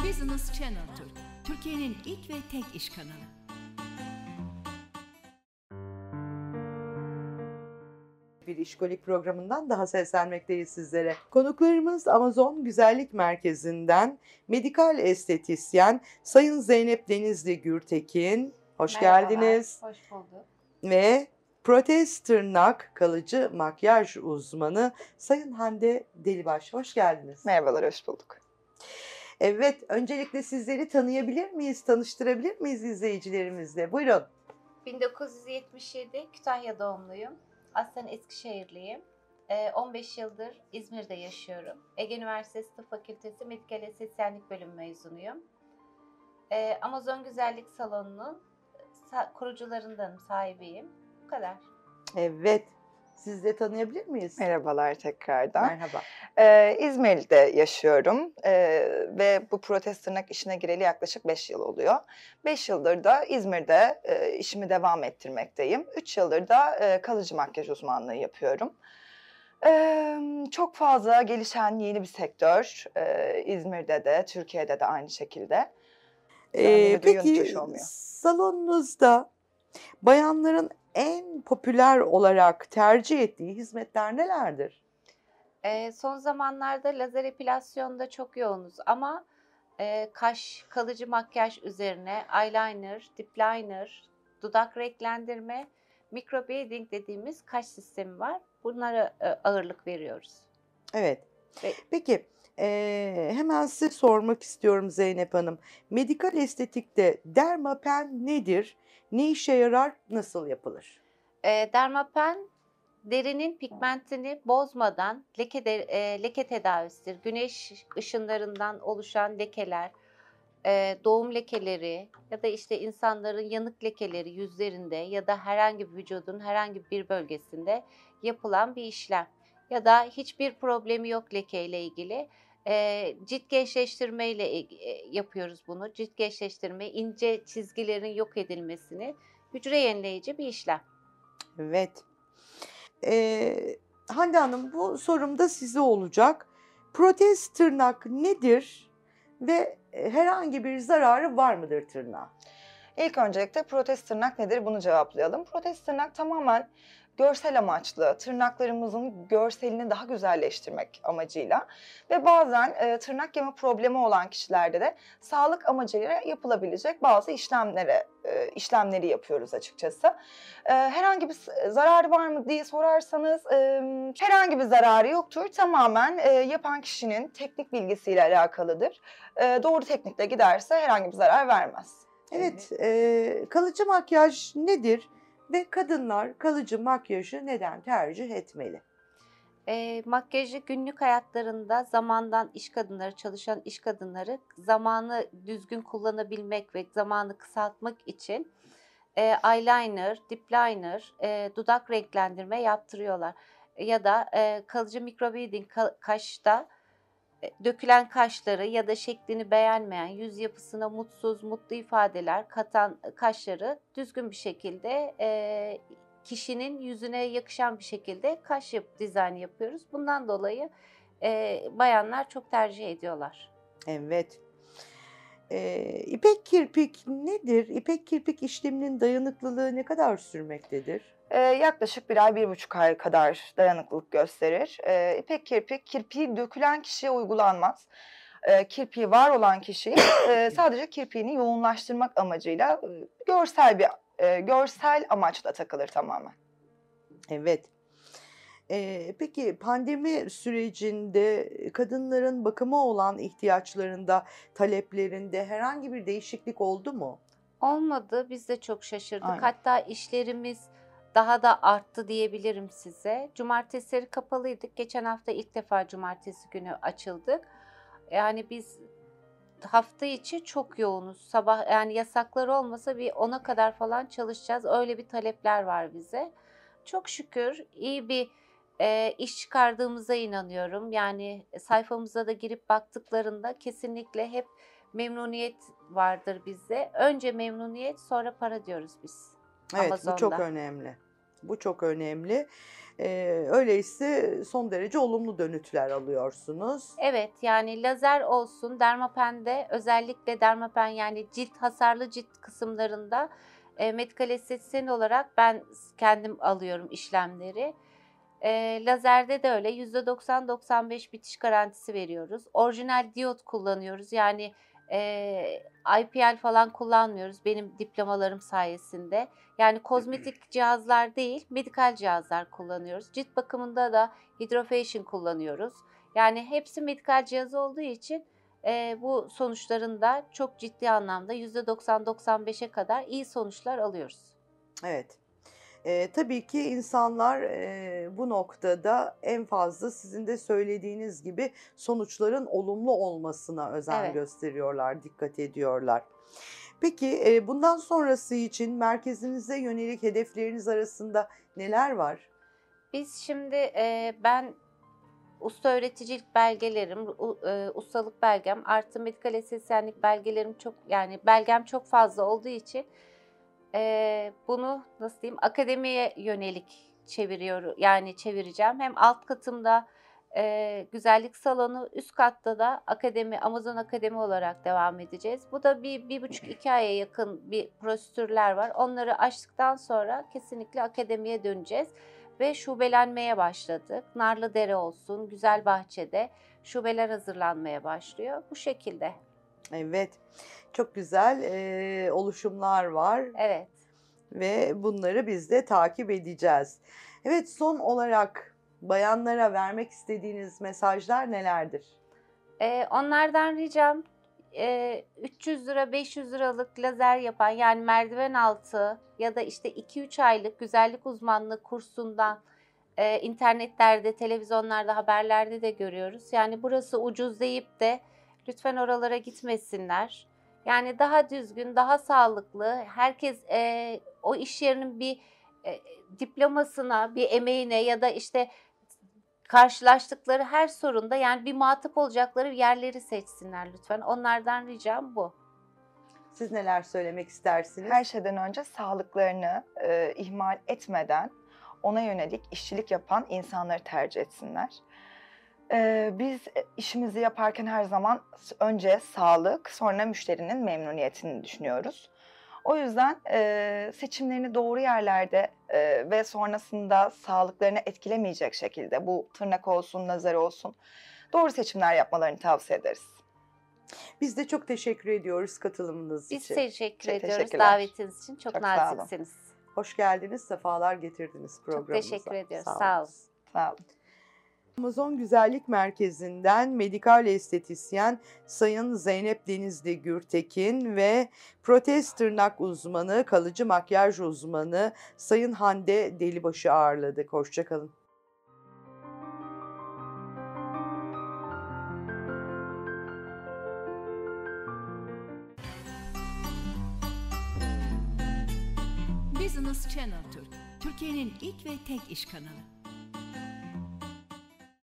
Business Channel Türk, Türkiye'nin ilk ve tek iş kanalı. Bir işkolik programından daha seslenmekteyiz sizlere. Konuklarımız Amazon Güzellik Merkezi'nden medikal estetisyen Sayın Zeynep Denizli Gürtekin. Hoş geldiniz. Hoş bulduk. Ve protez tırnak kalıcı makyaj uzmanı Sayın Hande Delibaş. Hoş geldiniz. Merhabalar, hoş bulduk. Evet, öncelikle sizleri tanıyabilir miyiz, tanıştırabilir miyiz izleyicilerimizle? Buyurun. 1977 Kütahya doğumluyum. Aslen Eskişehirliyim. 15 yıldır İzmir'de yaşıyorum. Ege Üniversitesi Tıp Fakültesi Medikal Estetisyenlik Bölümü mezunuyum. Amazon Güzellik Salonu'nun kurucularındanım, sahibiyim. Bu kadar. Evet, siz de tanıyabilir miyiz? Merhabalar tekrardan. Merhaba. İzmir'de yaşıyorum ve bu protez tırnak işine gireli yaklaşık 5 yıl oluyor. 5 yıldır da İzmir'de işimi devam ettirmekteyim. 3 yıldır da kalıcı makyaj uzmanlığı yapıyorum. Çok fazla gelişen yeni bir sektör. İzmir'de de, Türkiye'de de aynı şekilde. Peki salonunuzda bayanların en popüler olarak tercih ettiği hizmetler nelerdir? Son zamanlarda lazer epilasyonda çok yoğunuz ama kaş, kalıcı makyaj üzerine eyeliner, dip liner, dudak renklendirme, microblading dediğimiz kaş sistemi var. Bunlara ağırlık veriyoruz. Evet. Peki hemen size sormak istiyorum Zeynep Hanım. Medikal estetikte dermapen nedir? Ne işe yarar? Nasıl yapılır? Dermapen derinin pigmentini bozmadan leke tedavisidir. Güneş ışınlarından oluşan lekeler, doğum lekeleri ya da işte insanların yanık lekeleri yüzlerinde ya da herhangi bir vücudun herhangi bir bölgesinde yapılan bir işlem. Ya da hiçbir problemi yok lekeyle ilgili. Cilt gençleştirme ile yapıyoruz bunu. Cilt gençleştirme, ince çizgilerin yok edilmesini, hücre yenileyici bir işlem. Evet. Hande Hanım, bu sorum da size olacak. Protez tırnak nedir ve herhangi bir zararı var mıdır tırnağa? İlk öncelikle protez tırnak nedir bunu cevaplayalım. Protez tırnak tamamen görsel amaçlı, tırnaklarımızın görselini daha güzelleştirmek amacıyla ve bazen tırnak yeme problemi olan kişilerde de sağlık amacıyla yapılabilecek bazı işlemleri yapıyoruz açıkçası. Herhangi bir zararı var mı diye sorarsanız herhangi bir zararı yoktur. Tamamen yapan kişinin teknik bilgisiyle alakalıdır. Doğru teknikle giderse herhangi bir zarar vermez. Evet, kalıcı makyaj nedir ve kadınlar kalıcı makyajı neden tercih etmeli? Makyajı günlük hayatlarında zamandan çalışan iş kadınları zamanı düzgün kullanabilmek ve zamanı kısaltmak için eyeliner, dip liner, dudak renklendirme yaptırıyorlar. Ya da kalıcı microblading kaşta dökülen kaşları ya da şeklini beğenmeyen, yüz yapısına mutsuz, mutlu ifadeler katan kaşları düzgün bir şekilde kişinin yüzüne yakışan bir şekilde kaş dizaynı yapıyoruz. Bundan dolayı bayanlar çok tercih ediyorlar. Evet. İpek kirpik nedir? İpek kirpik işleminin dayanıklılığı ne kadar sürmektedir? Yaklaşık 1 ay, 1,5 ay kadar dayanıklılık gösterir. İpek kirpik, kirpiği dökülen kişiye uygulanmaz. Kirpiği var olan kişiyi sadece kirpiğini yoğunlaştırmak amacıyla görsel amaçla takılır tamamen. Evet. Peki pandemi sürecinde kadınların bakıma olan ihtiyaçlarında, taleplerinde herhangi bir değişiklik oldu mu? Olmadı. Biz de çok şaşırdık. Aynen. Hatta işlerimiz daha da arttı diyebilirim size. Cumartesileri kapalıydık. Geçen hafta ilk defa cumartesi günü açıldık. Yani biz hafta içi çok yoğunuz. Sabah yani yasaklar olmasa bir 10'a kadar falan çalışacağız. Öyle bir talepler var bize. Çok şükür iyi bir iş çıkardığımıza inanıyorum. Yani sayfamıza da girip baktıklarında kesinlikle hep memnuniyet vardır bizde. Önce memnuniyet, sonra para diyoruz biz. Evet, Amazon'da. bu çok önemli. Bu çok önemli. Öyleyse son derece olumlu dönütler alıyorsunuz. Evet, yani lazer olsun, Dermapen'de özellikle Dermapen yani hasarlı cilt kısımlarında medikal estetisyen olarak ben kendim alıyorum işlemleri. Lazerde de öyle %90-95 bitiş garantisi veriyoruz. Orijinal diyot kullanıyoruz. Yani IPL falan kullanmıyoruz benim diplomalarım sayesinde. Yani kozmetik cihazlar değil, medikal cihazlar kullanıyoruz. Cilt bakımında da Hydrofacial kullanıyoruz. Yani hepsi medikal cihaz olduğu için bu sonuçların da çok ciddi anlamda %90-95'e kadar iyi sonuçlar alıyoruz. Evet. Tabii ki insanlar bu noktada en fazla sizin de söylediğiniz gibi sonuçların olumlu olmasına özen Evet. gösteriyorlar, dikkat ediyorlar. Peki bundan sonrası için merkezinize yönelik hedefleriniz arasında neler var? Biz şimdi ben usta öğreticilik belgelerim, ustalık belgem artı medikal estetisyenlik belgelerim belgem çok fazla olduğu için bunu nasıl diyeyim akademiye yönelik çevireceğim. Hem alt katımda güzellik salonu, üst katta da akademi, Amazon Akademi olarak devam edeceğiz. Bu da bir buçuk iki aya yakın bir prosedürler var. Onları aştıktan sonra kesinlikle akademiye döneceğiz. Ve şubelenmeye başladık. Narlıdere olsun, Güzelbahçe'de şubeler hazırlanmaya başlıyor. Bu şekilde. Evet, çok güzel oluşumlar var. Evet. Ve bunları biz de takip edeceğiz. Evet, son olarak bayanlara vermek istediğiniz mesajlar nelerdir? Onlardan ricam 300 lira 500 liralık lazer yapan yani merdiven altı ya da işte 2-3 aylık güzellik uzmanlığı kursundan internetlerde, televizyonlarda, haberlerde de görüyoruz. Yani burası ucuz deyip de lütfen oralara gitmesinler. Yani daha düzgün, daha sağlıklı, herkes o iş yerinin bir diplomasına, bir emeğine ya da işte karşılaştıkları her sorunda yani bir muhatap olacakları yerleri seçsinler lütfen. Onlardan ricam bu. Siz neler söylemek istersiniz? Her şeyden önce sağlıklarını ihmal etmeden ona yönelik işçilik yapan insanları tercih etsinler. Biz işimizi yaparken her zaman önce sağlık, sonra müşterinin memnuniyetini düşünüyoruz. O yüzden seçimlerini doğru yerlerde ve sonrasında sağlıklarını etkilemeyecek şekilde bu tırnak olsun, lazer olsun doğru seçimler yapmalarını tavsiye ederiz. Biz de çok teşekkür ediyoruz katılımınız Biz için. teşekkür ediyoruz teşekkürler. davetiniz için. Çok sağ olun. naziksiniz. Hoş geldiniz, sefalar getirdiniz programımıza. Çok teşekkür ediyoruz. Sağ Sağ olun. olun. Sağ olun. Amazon Güzellik Merkezi'nden medikal estetisyen Sayın Zeynep Denizli Gürtekin ve protez tırnak uzmanı, kalıcı makyaj uzmanı Sayın Hande Delibaş'ı ağırladık. Hoşça kalın. Business Channel Türk, Türkiye'nin ilk ve tek iş kanalı.